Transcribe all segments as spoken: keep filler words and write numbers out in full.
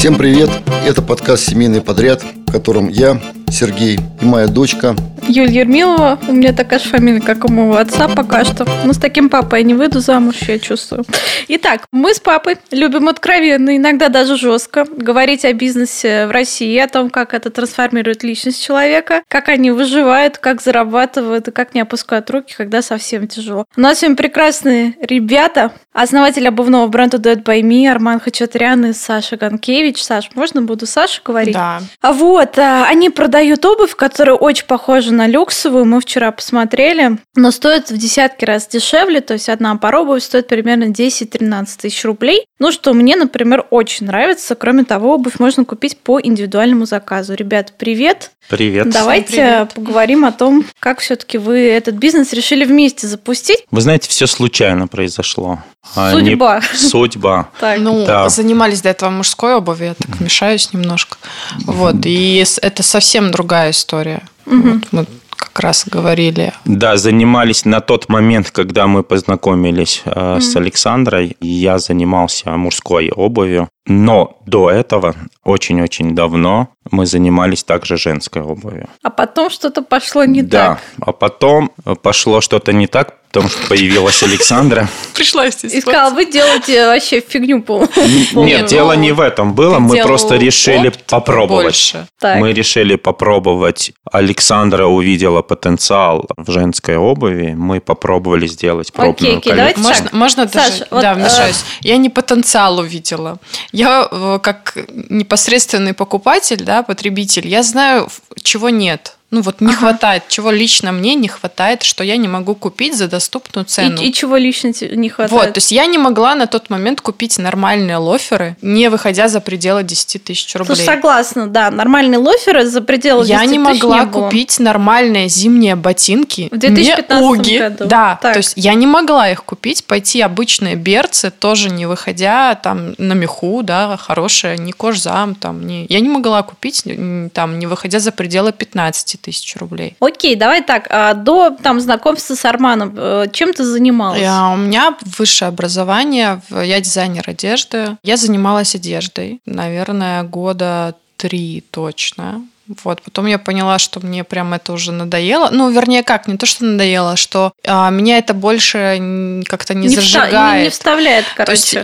Всем привет! Это подкаст «Семейный подряд», в котором я, Сергей, и моя дочка Юлия Ермилова. У меня такая же фамилия, как у моего отца пока что. Но с таким папой я не выйду замуж, я чувствую. Итак, мы с папой любим откровенно, иногда даже жестко, говорить о бизнесе в России, о том, как это трансформирует личность человека, как они выживают, как зарабатывают и как не опускают руки, когда совсем тяжело. У нас сегодня прекрасные ребята. Основатель обувного бренда Do It By Me Арман Хачатрян и Саша Ганкевич. Саш, можно буду Саша говорить? Да. А вот, они продают обувь, которая очень похожа на люксовую. Мы вчера посмотрели, но стоит в десятки раз дешевле. То есть одна пара обуви стоит примерно десять-тринадцать тысяч рублей. Ну, что мне, например, очень нравится. Кроме того, обувь можно купить по индивидуальному заказу. Ребята, привет! Привет. Давайте привет. поговорим о том, как все-таки вы этот бизнес решили вместе запустить. Вы знаете, все случайно произошло. Судьба. Не... Судьба. Так. Ну, Да. занимались до этого мужской обувью, я так вмешаюсь немножко. Вот, и с- это совсем другая история. Вот, мы как раз говорили. Да, занимались на тот момент, когда мы познакомились э, с Александрой. Я занимался мужской обувью. Но до этого, очень-очень давно, мы занимались также женской обувью. А потом что-то пошло не да, так. а потом пошло что-то не так, потому что появилась Александра. Пришла здесь. И сказал, вы делаете вообще фигню полную. Нет, дело не в этом было. Ты Мы делал просто решили опыт попробовать. больше. Так. Мы решили попробовать. Александра увидела потенциал в женской обуви. Мы попробовали сделать пробную окей, коллекцию. давайте Можно, так. можно Саш, даже... вот, да, э, вмешаюсь. Я не потенциал увидела. Я э, как непосредственный покупатель, да, потребитель, я знаю, чего нет. Ну вот не Ага. хватает, чего лично мне не хватает, что я не могу купить за доступную цену. И, и чего лично тебе не хватает? Вот, то есть я не могла на тот момент купить нормальные лоферы, не выходя за пределы десять тысяч рублей. Слушай, согласна, да. Нормальные лоферы за пределы Я десяти не тысяч могла не было. купить нормальные зимние ботинки. В две тысячи пятнадцатом не уги. году. Да, Так. то есть я не могла их купить, пойти обычные берцы, тоже не выходя там на меху, да, хорошие, не кожзам, там, не... я не могла купить, м, там, не выходя за пределы пятнадцать тысяч рублей. Окей, давай так. А до там, знакомства с Арманом э, чем ты занималась? Я, у меня высшее образование, в- я дизайнер одежды. Я занималась одеждой, наверное, года три точно. Вот, потом я поняла, что мне прям это уже надоело. Ну, вернее, как, не то, что надоело, что а, меня это больше м, как-то не, Не вста- зажигает. не, не вставляет, короче. есть-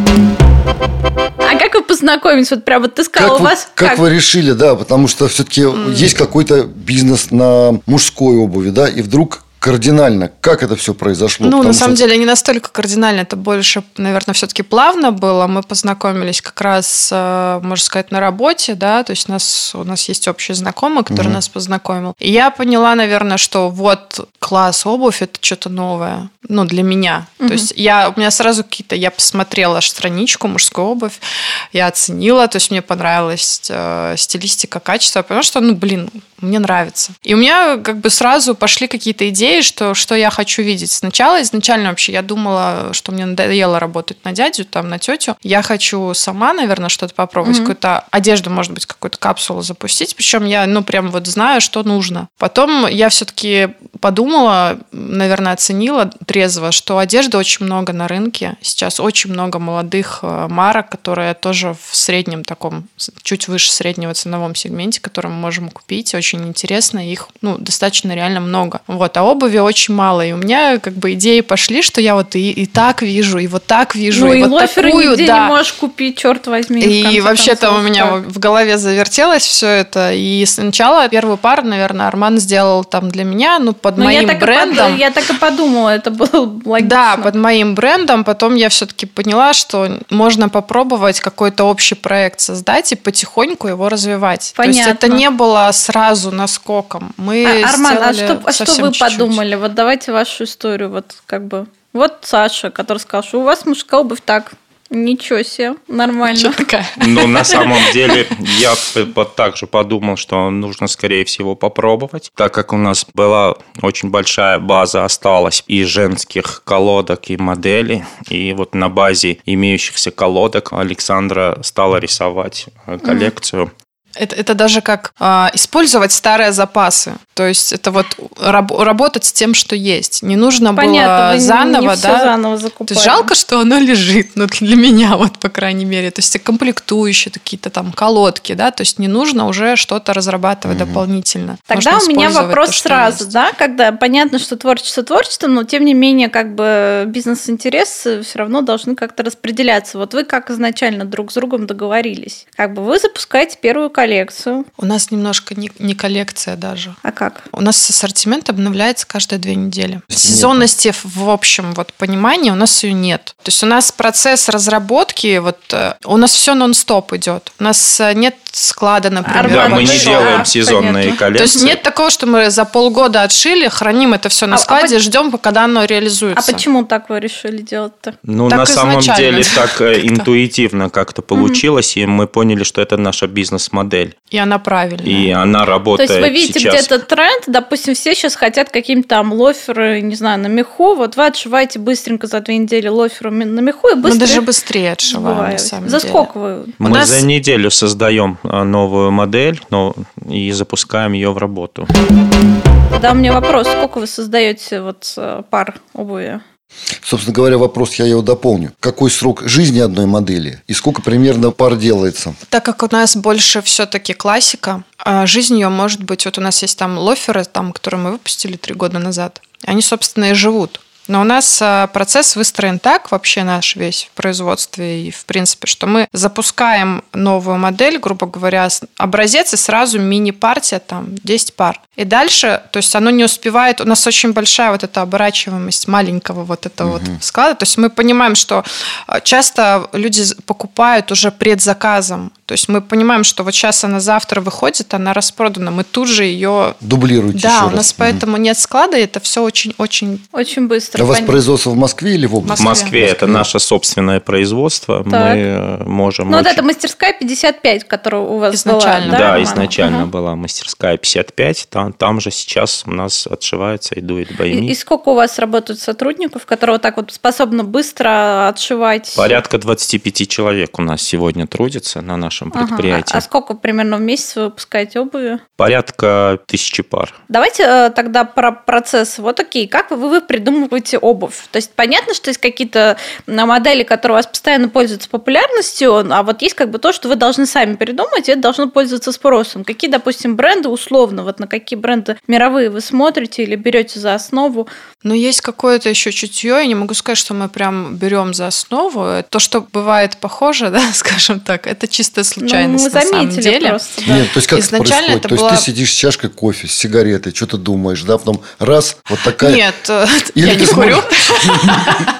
А как вы познакомились? Вот прям вот ты сказала, Как, у вы, вас как вы решили, да, потому что все-таки есть какой-то бизнес на мужской обуви, да, и вдруг кардинально, как это все произошло? Ну, Потому на самом что- деле, не настолько кардинально, это больше, наверное, все-таки плавно было. Мы познакомились как раз, э, можно сказать, на работе, да, то есть у нас, у нас есть общий знакомый, который нас познакомил. И я поняла, наверное, что вот класс, обувь – это что-то новое, ну, для меня. То есть я, у меня сразу какие-то, я посмотрела страничку мужской обувь, я оценила, то есть мне понравилась э, стилистика, качество, я поняла, что, ну, блин, мне нравится. И у меня как бы сразу пошли какие-то идеи, что, что я хочу видеть. Сначала, изначально вообще я думала, что мне надоело работать на дядю, там, на тетю. Я хочу сама, наверное, что-то попробовать, какую-то одежду, может быть, какую-то капсулу запустить. Причем я, ну, прям вот знаю, что нужно. Потом я все-таки подумала, наверное, оценила трезво, что одежды очень много на рынке. Сейчас очень много молодых э, марок, которые тоже в среднем таком, чуть выше среднего ценовом сегменте, которые мы можем купить. Очень интересно, их, ну, достаточно реально много. Вот, а обуви очень мало. И у меня как бы идеи пошли, что я вот и, и так вижу, и вот так вижу, ну, и, и вот лоферы такую, нигде да. не можешь купить, черт возьми. в И конце вообще-то концов. у меня Так. в голове завертелось все это. И сначала первую пару, наверное, Арман сделал там для меня, ну, под Ну, я моим так и под- брендом. я так и подумала, это было логично. Да, под моим брендом. Потом я все-таки поняла, что можно попробовать какой-то общий проект создать и потихоньку его развивать. То есть Понятно. это не было сразу наскоком. Мы А, Арман, а сделали что, а что совсем вы чуть-чуть. подумали? Вот давайте вашу историю. Вот как бы. Вот Саша, который сказал, что у вас мужская обувь так. Ничего себе, нормально. Что такая? Ну, на самом деле, я п- п- также подумал, что нужно, скорее всего, попробовать, так как у нас была очень большая база, осталась и женских колодок, и моделей. И вот на базе имеющихся колодок Александра стала рисовать э, коллекцию. Это, это даже как э, использовать старые запасы. То есть это вот раб, работать с тем, что есть. Не нужно Понятно, было заново, не, не да. все заново закупали. То есть жалко, что оно лежит, ну, для меня, вот, по крайней мере. То есть комплектующие, какие-то там колодки, да, то есть не нужно уже что-то разрабатывать угу. дополнительно. Тогда Можно у меня вопрос то, сразу, есть. да, когда понятно, что творчество творчеством, но тем не менее, как бы бизнес-интересы все равно должны как-то распределяться. Вот вы как изначально друг с другом договорились? Как бы вы запускаете первую коллекцию. У нас немножко не, не коллекция даже. А как? У нас ассортимент обновляется каждые две недели. Сезонности в общем вот понимании у нас ее нет. То есть у нас процесс разработки, вот у нас все нон-стоп идет. У нас нет склада, например. Да, мы не большого. делаем А, сезонные понятно. коллекции. То есть нет такого, что мы за полгода отшили, храним это все на А- складе, а ждем, когда оно реализуется. А почему так вы решили делать-то? Ну, Так на самом изначально. деле, так э, интуитивно как-то получилось, и мы поняли, что это наша бизнес-модель. И она правильная. И она То работает есть вы видите сейчас. где-то тренд, допустим, все сейчас хотят какие-то там лоферы, не знаю, на меху, вот вы отшиваете быстренько за две недели лоферы на меху и Мы быстро даже их быстрее отшиваем, на сбываете. самом За деле. сколько вы? Мы У нас- за неделю создаем а, новую модель но, и запускаем ее в работу. Да, у меня вопрос, сколько вы создаете вот э, пар обуви? Собственно говоря, вопрос я его дополню. Какой срок жизни одной модели и сколько примерно пар делается? Так как у нас больше все-таки классика, а жизнь ее может быть... Вот у нас есть там лоферы, там, которые мы выпустили три года назад. Они, собственно, и живут. Но у нас а, процесс выстроен так, вообще наш весь в производстве и в принципе, что мы запускаем новую модель, грубо говоря, с- образец и сразу мини-партия, там, десять пар. И дальше, то есть оно не успевает, у нас очень большая вот эта оборачиваемость маленького вот этого вот склада. То есть мы понимаем, что а, часто люди з- покупают уже предзаказом. То есть мы понимаем, что вот сейчас она завтра выходит, она распродана, мы тут же ее... Дублируйте Да, еще у раз. нас поэтому нет склада, и это все очень-очень... Очень быстро. А у вас понятно. производство в Москве или в области? В Москве это наше собственное производство. Мы э, можем... Ну, вот очень- эта мастерская пятьдесят пять, которая у вас Изначально. была, Да, Роман? изначально Ага. была мастерская пятьдесят пять. Там, там же сейчас у нас отшивается и дует И, бойми. и сколько у вас работают сотрудников, которые вот так вот способны быстро отшивать? Порядка двадцать пять человек у нас сегодня трудится на нашем Ага. предприятии. А, а сколько примерно в месяц вы выпускаете обуви? Порядка тысячи пар. Давайте э, тогда про процесс. Вот окей, как вы, вы придумываете обувь? То есть понятно, что есть какие-то м, модели, которые у вас постоянно пользуются популярностью, а вот есть как бы то, что вы должны сами придумать, и это должно пользоваться спросом. Какие, допустим, бренды условно, вот на какие бренды мировые вы смотрите или берете за основу? Но есть какое-то еще чутье, я не могу сказать, что мы прям берем за основу. То, что бывает похоже, да, скажем так, это чистая случайность Ну, мы на самом заметили деле. просто. Да. Нет, то есть как Изначально это происходит? это То есть была- ты сидишь с чашкой кофе, с сигаретой, что-то думаешь, да, потом раз, вот такая... Нет, э, Или я ты не курю. смотришь-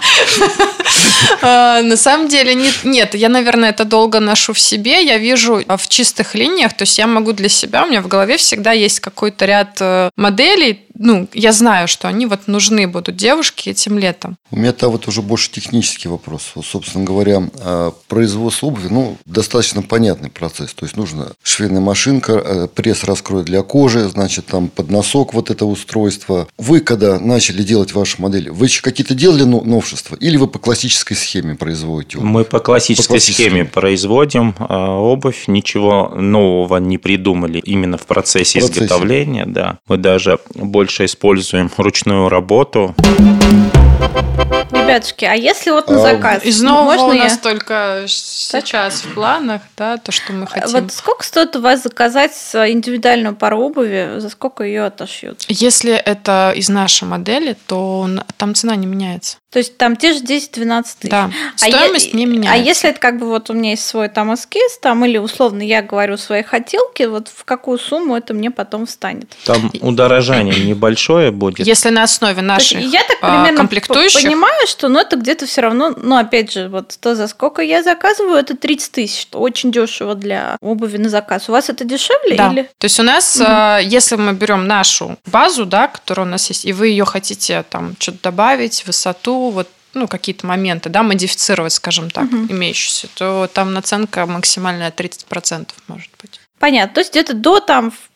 А, На самом деле нет, нет, я, наверное, это долго ношу в себе. Я вижу а, в чистых линиях, то есть я могу для себя, у меня в голове всегда есть какой-то ряд э, моделей. Ну, я знаю, что они вот нужны будут девушке этим летом. У меня-то вот уже больше технический вопрос. Вот, собственно говоря, а, производство обуви, ну, достаточно понятный процесс. То есть нужна швейная машинка, э, пресс-раскрой для кожи, значит, там под носок вот это устройство. Вы, когда начали делать ваши модели, вы еще какие-то делали но- новшества? Или вы по классической схеме производите обувь? Мы по классической По классической. схеме производим э, обувь, ничего нового не придумали именно в процессе, В процессе. изготовления. Да. Мы даже больше используем ручную работу. Ребятушки, а если вот на А, заказ? Из нового можно у я? нас только сейчас в планах, да, то, что мы хотим. Вот сколько стоит у вас заказать индивидуальную пару обуви, за сколько ее отошьют? Если это из нашей модели, то н- там цена не меняется. То есть там те же десять-двенадцать тысяч. Да, А стоимость е- не А меняется. если это как бы вот у меня есть свой там эскиз, там или условно я говорю свои хотелки, вот в какую сумму это мне потом встанет? Там удорожание небольшое будет. Если на основе То есть наших я так а, примерно комплектующих, п- понимаю, что ну, это где-то все равно, ну опять же, вот то, за сколько я заказываю, это тридцать тысяч, что очень дешево для обуви на заказ. У вас это дешевле да. или? То есть у нас, а, если мы берем нашу базу, да, которая у нас есть, и вы ее хотите там что-то добавить, высоту, вот ну, какие-то моменты, да, модифицировать, скажем так, Мгм. имеющиеся, то там наценка максимальная тридцать процентов может быть. Понятно. То есть где-то до там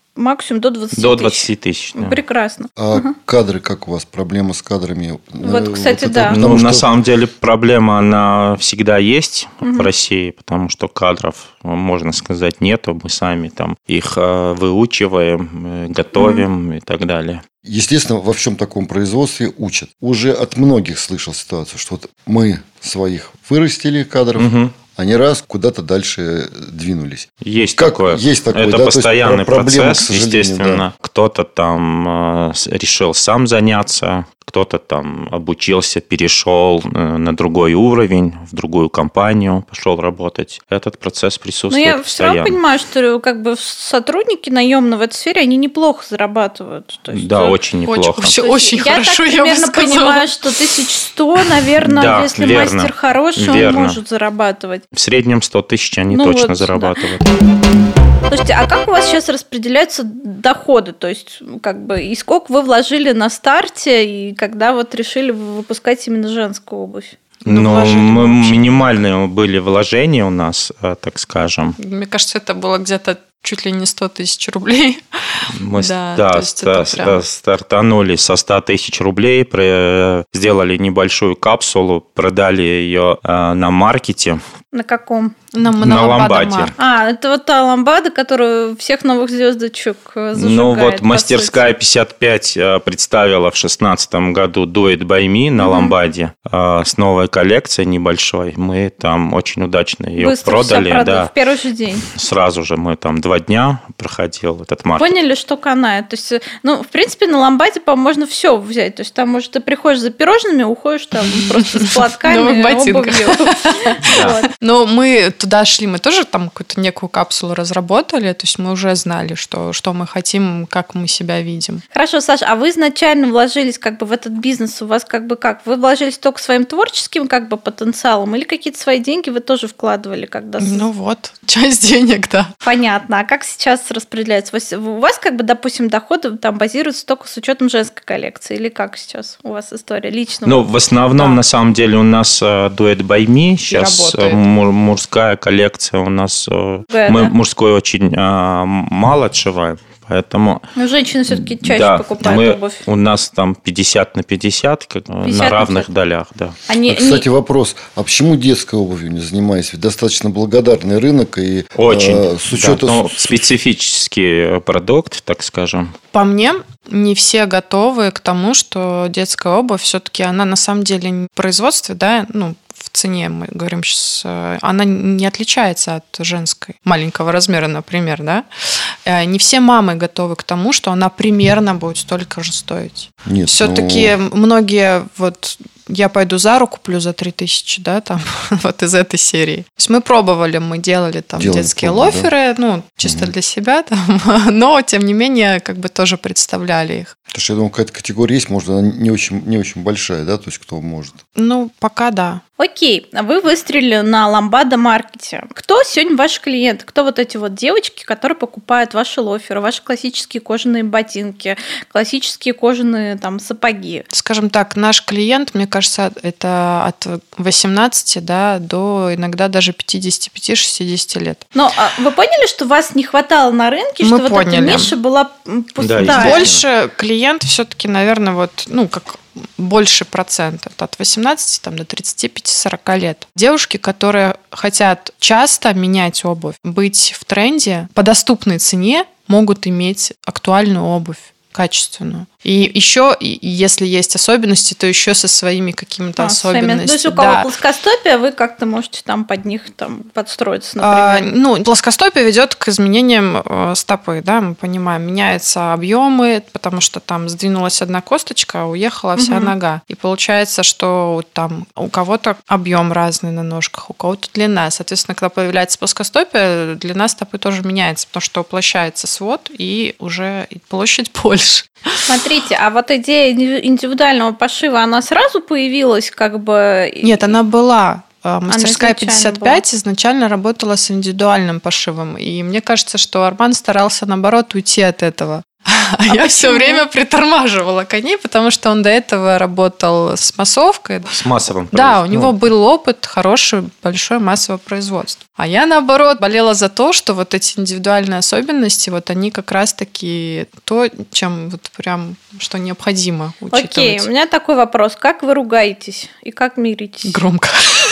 максимум до двадцати тысяч. До двадцати тысяч, да. Прекрасно. А угу. кадры, как у вас? Проблема с кадрами? Вот, кстати, вот да. Ну, что... на самом деле, проблема, она всегда есть угу. в России, потому что кадров, можно сказать, нету. Мы сами там их выучиваем, готовим угу. и так далее. Естественно, во всем таком производстве учат. Уже от многих слышал ситуацию, что вот мы своих вырастили кадров, угу. они раз куда-то дальше двинулись. Есть как, такое. Есть такое. Это да? постоянный проблема, процесс, естественно. Да. Кто-то там э, решил сам заняться, кто-то там обучился, перешел на другой уровень, в другую компанию, пошел работать. Этот процесс присутствует постоянно. Но я постоянно. все равно понимаю, что как бы сотрудники наемные в этой сфере, они неплохо зарабатывают. То есть, да, очень неплохо. Очень, очень я хорошо, так я примерно бы сказала. понимаю, что тысяч сто, наверное, да, если верно, мастер хороший, верно. он может зарабатывать. В среднем сто тысяч они ну точно вот, зарабатывают. Да. Слушайте, а как у вас сейчас распределяются доходы? То есть, как бы, и сколько вы вложили на старте, и когда вот решили выпускать именно женскую обувь? Ну, мы, минимальные были вложения у нас, так скажем. Мне кажется, это было где-то чуть ли не сто тысяч рублей. Мы да, да, ста- прям... стартанули со ста тысяч рублей, сделали небольшую капсулу, продали ее на маркете. На каком? На, на, на ламбаде. Марк. А, это вот та ламбада, которую всех новых звездочек зажигает. Ну вот мастерская пятьдесят пять представила в шестнадцатом году Do It By Me на угу. ламбаде с новой коллекцией небольшой. Мы там очень удачно ее Быстро продали. Все да. В первый же день. Сразу же мы там два дня проходил этот маркет. Поняли, что канает. То есть, ну, в принципе, на ламбаде, по-моему, можно все взять. То есть там, может, ты приходишь за пирожными, уходишь там просто с платками, обувью. Но мы туда шли, мы тоже там какую-то некую капсулу разработали, то есть мы уже знали, что, что мы хотим, как мы себя видим. Хорошо, Саша, а вы изначально вложились как бы в этот бизнес, у вас как бы как? Вы вложились только своим творческим как бы потенциалом или какие-то свои деньги вы тоже вкладывали? Когда... Ну вот, часть денег, да. Понятно. А как сейчас распределяется? У вас как бы, допустим, доходы там базируются только с учетом женской коллекции или как сейчас у вас история личного? Ну, в основном, да. на самом деле, у нас uh, Do It By Me сейчас мужская коллекция у нас. Да, мы да. мужской очень а, мало отшиваем, поэтому... Но женщины все-таки чаще да, покупают мы, обувь. У нас там пятьдесят на пятьдесят, как, пятьдесят на равных пятьдесят долях. Да. Они, а, кстати, они... вопрос, а почему детской обувью не занимаясь? Ведь достаточно благодарный рынок. И, очень. Э, с учетом... да, ну, специфический продукт, так скажем. По мне, не все готовы к тому, что детская обувь все-таки она на самом деле не в производстве, да, ну, в цене, мы говорим сейчас, она не отличается от женской, маленького размера, например, да. Не все мамы готовы к тому, что она примерно будет столько же стоить. Нет, все-таки но... многие вот я пойду Зару куплю за три тысячи, да, там, вот из этой серии. То есть мы пробовали, мы делали там делали детские пробы, лоферы, да? ну, чисто угу. для себя, там, но, тем не менее, как бы тоже представляли их. Потому что, я думаю, какая-то категория есть, может, она не очень, не очень большая, да, то есть кто может? Ну, пока да. Окей, вы выстрелили на ламбада маркете. Кто сегодня ваши клиенты? Кто вот эти вот девочки, которые покупают ваши лоферы, ваши классические кожаные ботинки, классические кожаные там сапоги? Скажем так, наш клиент, мне кажется, это от восемнадцати, да, до иногда даже пятидесяти пяти - шестидесяти лет. Но а вы поняли, что вас не хватало на рынке, Мы что поняли. вот эта ниша была пустая? Да, больше клиент все-таки, наверное, вот, ну, как больше процентов, от восемнадцати там, до тридцати пяти - сорока лет. Девушки, которые хотят часто менять обувь, быть в тренде, по доступной цене могут иметь актуальную обувь, качественную. И еще, если есть особенности, то еще со своими какими-то а, особенностями. Своими. То есть у кого да. плоскостопие, вы как-то можете там под них там подстроиться, например. А, ну, плоскостопие ведет к изменениям э, стопы, да, мы понимаем. Меняются объемы, потому что там сдвинулась одна косточка, а уехала вся угу. нога. И получается, что там у кого-то объем разный на ножках, у кого-то длина. Соответственно, когда появляется плоскостопие, длина стопы тоже меняется, потому что уплощается свод, и уже площадь больше. Смотрите, а вот идея индивидуального пошива, она сразу появилась как бы... Нет, она была. Мастерская пятьдесят пять была. Изначально работала с индивидуальным пошивом. И мне кажется, что Арман старался, наоборот, уйти от этого. а я все время притормаживала коней, потому что он до этого работал с массовкой. С массовым производством. Да, у него был опыт хороший, большое массовое производство. А я, наоборот, болела за то, что вот эти индивидуальные особенности, вот они как раз-таки то, чем вот прям, что необходимо учитывать. Окей, у меня такой вопрос. Как вы ругаетесь и как миритесь? Громко.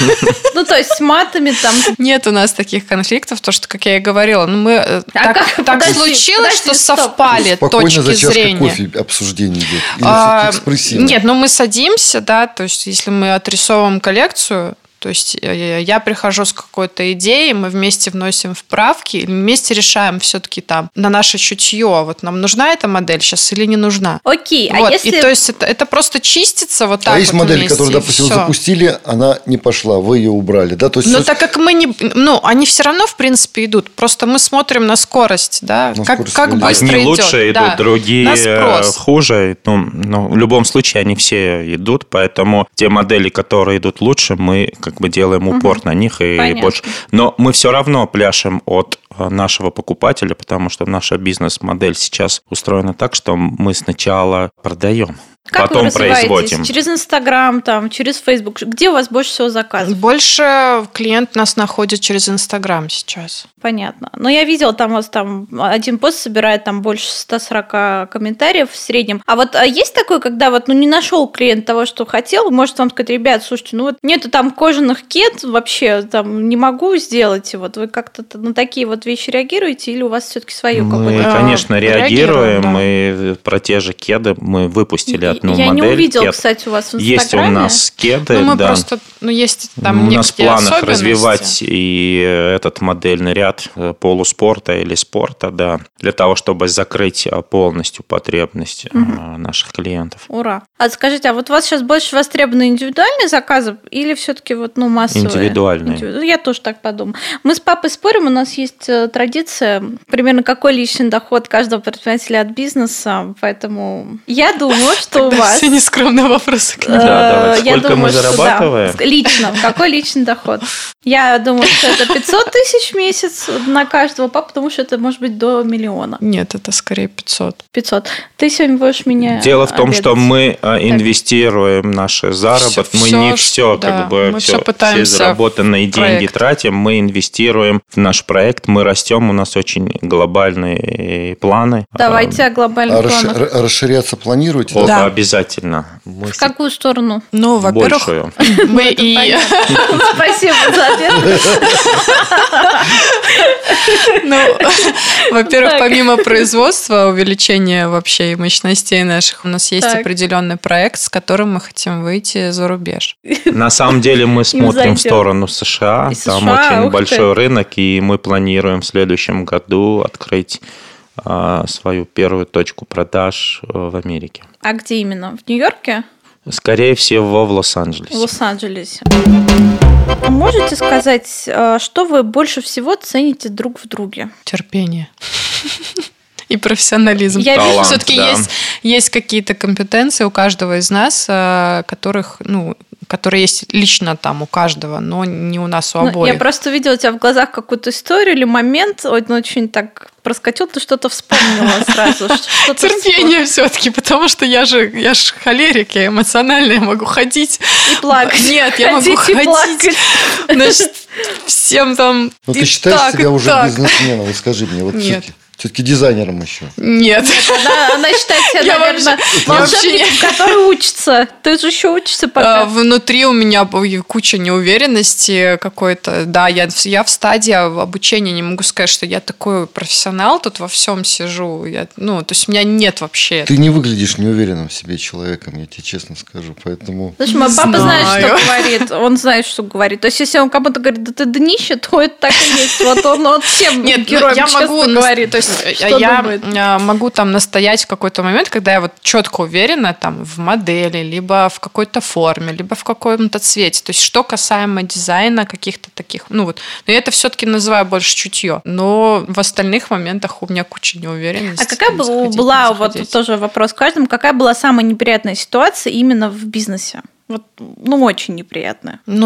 Ну, то есть с матами там... Нет у нас таких конфликтов, то, что, как я и говорила, ну, мы а так, как? так подожди, случилось, подожди, что стоп. совпали Спокойно точки за чашкой зрения. Кофе обсуждение идет? Или а, экспрессивно? Нет, ну мы садимся, да, то есть если мы отрисовываем коллекцию, то есть я прихожу с какой-то идеей, мы вместе вносим вправки, вместе решаем все-таки там на наше чутье, вот нам нужна эта модель сейчас или не нужна. Окей, вот. а если... И то есть это, это просто чистится вот так. А есть вот модель, вместе, которую, допустим, всё. запустили, она не пошла, вы ее убрали, да? То есть Но все... так как мы не... Ну, они все равно, в принципе, идут. Просто мы смотрим на скорость, да, На как, скорость как людей. быстро Одни идет. лучше идут, да. другие хуже. Ну, ну, в любом случае, они все идут, поэтому те модели, которые идут лучше, мы как бы делаем упор угу. на них и Понятно. больше. Но мы все равно пляшем от нашего покупателя, потому что наша бизнес-модель сейчас устроена так, что мы сначала продаем. Как потом вы производим. Через Инстаграм, там, через Фейсбук. Где у вас больше всего заказов? Больше клиент нас находит через Инстаграм сейчас. Понятно. Но я видела, там у вас там один пост собирает там больше ста сорока комментариев в среднем. А вот а есть такое, когда вот ну, не нашел клиент того, что хотел, может вам сказать, ребят, слушайте, ну вот нету там кожаных кед вообще, там не могу сделать. Вот вы как-то на такие вот вещи реагируете или у вас все-таки свое мы, какое-то? конечно, реагируем. реагируем да. Мы про те же кеды мы выпустили одну я модель. Я не увидела, кед. кстати, у вас в Инстаграме. Есть у нас кеды, ну, мы да. просто, ну, есть там у нас в планах особенности. развивать и этот модельный ряд полуспорта или спорта, да, для того, чтобы закрыть полностью потребности угу. наших клиентов. Ура! А скажите, а вот у вас сейчас больше востребованы индивидуальные заказы или все-таки вот, ну, массовые? Индивидуальные. Индивиду... Я тоже так подумала. Мы с папой спорим, у нас есть традиция, примерно какой личный доход каждого предпринимателя от бизнеса, поэтому я думаю, что у вас... Все нескромные вопросы. Да, давай. Сколько мы зарабатываем? Лично. Какой личный доход? Я думаю, что это пятьсот тысяч в месяц на каждого папу, потому что это может быть до миллиона. Нет, это скорее пятьсот. пятьсот. Ты сегодня будешь меня Дело в том, обедать. что мы так. инвестируем наши заработки. Мы все, не все, да, как бы, мы все, все, все заработанные деньги тратим. Мы инвестируем в наш проект. Мы растем. У нас очень глобальные планы. Давайте о глобальных а планах. Расш... Расширяться планируете? Оба да. обязательно. Мы в какую сторону? Ну, во-первых, большую. мы и... Спасибо за ответ. Ну, во-первых, помимо производства, увеличения вообще мощностей наших, у нас есть определенный проект, с которым мы хотим выйти за рубеж. На самом деле мы смотрим в сторону США. Там очень большой рынок, и мы планируем в следующем году открыть свою первую точку продаж в Америке. А где именно? В Нью-Йорке? Скорее всего, в Лос-Анджелесе. В Лос-Анджелесе. Можете сказать, что вы больше всего цените друг в друге? Терпение. И профессионализм. Я вижу, все-таки да. есть, есть какие-то компетенции у каждого из нас, которых, ну, которые есть лично там у каждого, но не у нас у ну, обоих. Я просто видела у тебя в глазах какую-то историю или момент, он очень так проскочил, ты что-то вспомнила сразу. Терпение все-таки, потому что я же, я же холерик, я эмоциональная, я могу ходить. И плакать. Нет, я могу ходить. Значит, всем там. Ну, ты считаешь себя уже бизнесменом? Вот скажи мне, вот Нет. Все-таки дизайнером еще. Нет. Она, она считает себя, я наверное, волшебником, который учится. Ты же еще учишься пока. Внутри у меня куча неуверенности какой-то. Да, я, я в стадии обучения, не могу сказать, что я такой профессионал, тут во всем сижу. Я, ну, то есть у меня нет вообще... Ты не выглядишь неуверенным в себе человеком, я тебе честно скажу, поэтому... Слушай, мой папа знает, что говорит. Он знает, что говорит. То есть, если он кому-то говорит, да ты днище, то это так и есть. Вот он, он всем нет, героям я честно могу, говорит. То есть я могу там настоять в какой-то момент, когда я вот четко уверена там в модели, либо в какой-то форме, либо в каком-то цвете. То есть что касаемо дизайна каких-то таких, ну вот, но я это все-таки называю больше чутье. Но в остальных моментах у меня куча неуверенности. А какая там, заходить, была, вот тоже вопрос к каждому, какая была самая неприятная ситуация именно в бизнесе? Вот, ну, очень неприятная. Ну,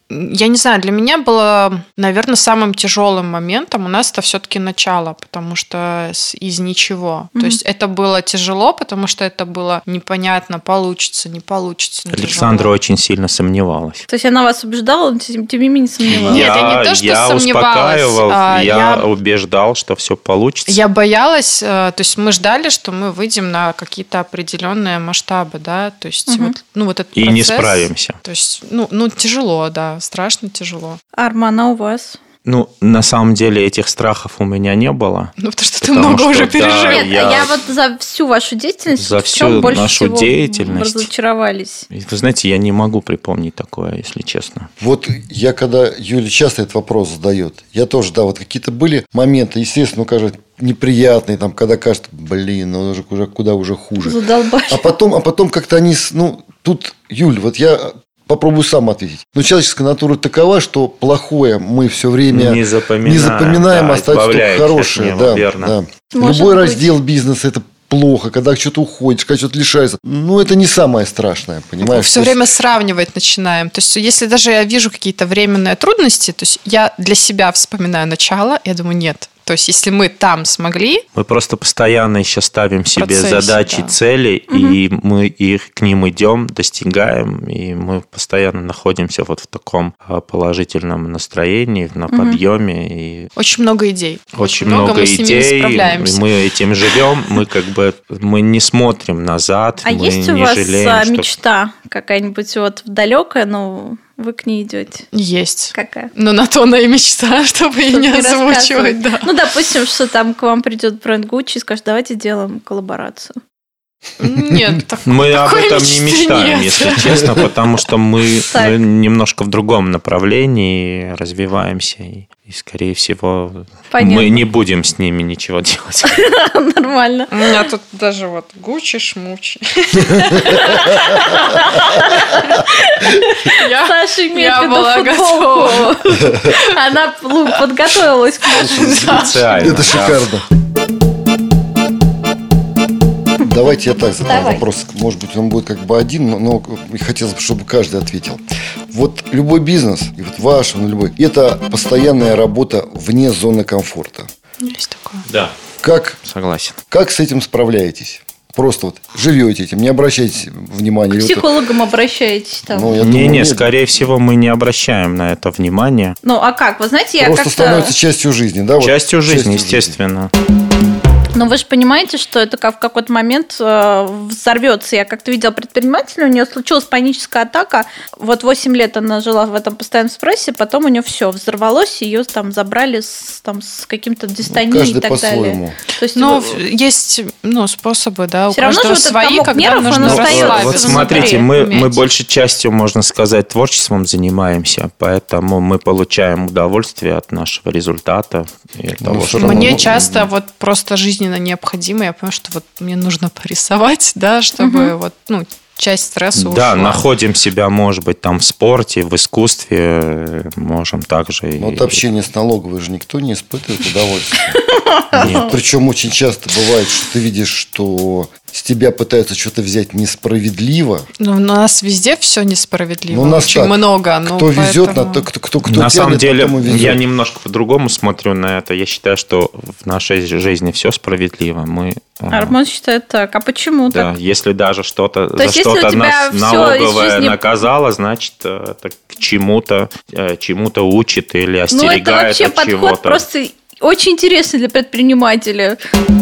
я не знаю, для меня было, наверное, самым тяжелым моментом у нас это все-таки начало, потому что из ничего. Mm-hmm. То есть это было тяжело, потому что это было непонятно, получится, не получится. Не Александра тяжело. Очень сильно сомневалась. То есть она вас убеждала, но тем не менее сомневалась? Нет, я не то, что я сомневалась. Успокаивал, а, я, я убеждал, что все получится. Я боялась, то есть мы ждали, что мы выйдем на какие-то определенные масштабы, да, то есть Угу. вот, ну вот этот И процесс, не справимся. То есть, ну, ну тяжело, да, страшно тяжело. Арман, а у вас? Ну, на самом деле этих страхов у меня не было. Ну, потому что потому ты много что, уже да, пережил. Нет, я- а я вот за всю вашу деятельность За в чем всю больше нашу всего деятельность. разочаровались? И Вы знаете, я не могу припомнить такое, если честно. Вот я, когда Юля часто этот вопрос задает, я тоже, да, вот какие-то были моменты, естественно, ну, кажется, неприятные, там, когда кажется, блин, ну, уже, уже куда уже хуже. Задолбали. А потом, а потом как-то они, с- ну, тут, Юль, вот я попробую сам ответить. Но человеческая натура такова, что плохое мы все время Не запоминаем, не запоминаем, да, остается только избавляемся от хорошее. него, Да, верно. да. Может Любой быть. раздел бизнеса – это плохо, когда что-то уходишь, когда что-то лишается. Ну, это не самое страшное, понимаешь? Все То есть- время сравнивать начинаем. То есть, если даже я вижу какие-то временные трудности, то есть я для себя вспоминаю начало, я думаю, нет. То есть, если мы там смогли, Мы просто постоянно еще ставим себе процессе, задачи, да. цели, и мы их к ним идем, достигаем, и мы постоянно находимся вот в таком а, положительном настроении, на подъеме, и очень много идей. очень много, мы с ними идей, справляемся. и мы этим живем, мы как бы мы не смотрим назад, А мы есть у не вас жалеем, а, что- мечта какая-нибудь вот далекая, но вы к ней идете? Есть. Какая? Но на то она и мечта, чтобы ее Чтоб не не озвучивать. рассказывать. Да. Ну, допустим, что там к вам придет бренд Gucci и скажет, давайте сделаем коллаборацию. Нет, так- Мы об такой этом не мечты мечтаем, нет. если честно, потому что мы, Так. мы немножко в другом направлении развиваемся, и, и, скорее всего, Понятно. мы не будем с ними ничего делать. Нормально. У меня тут даже вот Гуччи, шмучи. Я- Саша имеет я в виду была футболку. Она ну, подготовилась к нашему. Специально, Это да. шикарно. Давайте я так задам Давай. вопрос. Может быть, он будет как бы один, но, но хотелось бы, чтобы каждый ответил. Вот любой бизнес, и вот ваш, ну, любой, это постоянная работа вне зоны комфорта. Есть такое. Да, Как, согласен. как с этим справляетесь? Просто вот живете этим, не обращайте внимания. К Или вот- психологам обращаетесь там. Ну, я Не, думаю, не, нет. скорее всего, мы не обращаем на это внимания. Ну, а как? Вы знаете, я Просто как-то... становится частью жизни, да? вот? Частью жизни, Частью естественно. Но вы же понимаете, что это как в какой-то момент э, взорвется. Я как-то видела предпринимателя, у нее случилась паническая атака. Вот восемь лет она жила в этом постоянном стрессе, потом у нее все взорвалось, ее там забрали с, там, с каким-то дистонией Ну, каждый и так по-своему. далее. То есть Но вы- есть ну, способы, да, у Всё равно каждого же вот этот свои, комок когда нервов, он нужно остаётся расслабиться. Вот внутри, смотрите, мы, мы уметь. большей частью, можно сказать, творчеством занимаемся, поэтому мы получаем удовольствие от нашего результата и от того, всё что равно, Мне ну, часто вот просто жизненно необходимо, я понимаю, что вот мне нужно порисовать, да, чтобы вот, ну, часть стресса ушла. Да, находим себя, может быть, там в спорте, в искусстве, э, можем также... Но и- от общения с налоговой же никто не испытывает удовольствия. Нет. Причем очень часто бывает, что ты видишь, что с тебя пытаются что-то взять несправедливо. Ну, у нас везде все несправедливо, Ну, у нас очень так. много. ну, Кто везет, на поэтому- то, кто, кто, кто На самом тянет, деле, тому везет. я немножко по-другому смотрю на это. Я считаю, что в нашей жизни все справедливо. Мы, э, Арман считает так. А почему да, так? если даже что-то То за есть, если у что-то тебя нас всё из налоговая жизни- наказала, значит, э, это к чему-то, э, чему-то учит или Ну, это остерегает вообще от подход чего-то. просто очень интересный для предпринимателя.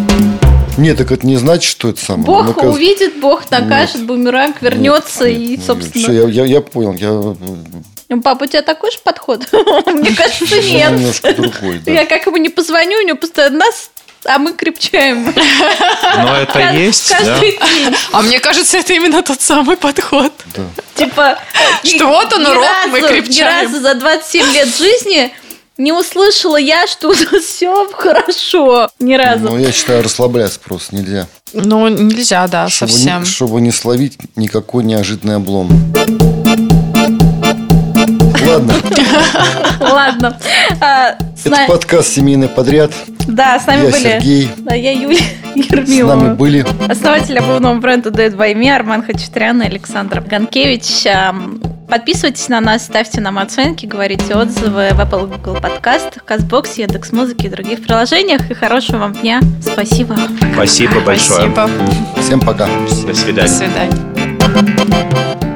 Нет, так это не значит, что это самое. Бог Мы, кажется, увидит, Бог накажет, бумеранг вернется и, собственно... Все, я, я, я понял. Я Ну, папа, у тебя такой же подход? Мне кажется, нет. немножко другой. Да. Я как ему не позвоню, у него постоянно нас, а мы крепчаем. Но это Кажд- есть, да? Каждый день. А мне кажется, это именно тот самый подход. Да. Типа... Что вот он ни урок, разу- мы Ни крепчаем. разу за двадцать семь лет жизни не услышала я, что у нас все хорошо. Ни разу. Ну, я считаю, расслабляться просто нельзя. Ну, нельзя, да, Чтобы совсем. не, чтобы не словить никакой неожиданный облом. Ладно. Ладно. А, С Это нами- подкаст «Семейный подряд». Да, с нами Я были... Сергей. Да, я Юлия С Ермилова. нами были Основатель обувного бренда Do It By Me Арман Хачатрян и Александр Ганкевич. Эм, Подписывайтесь на нас, ставьте нам оценки, говорите отзывы в Apple, Google подкастах, Castbox, Яндекс.Музыке и других приложениях. И хорошего вам дня. Спасибо. Спасибо большое. Спасибо. Всем пока. До свидания. До свидания.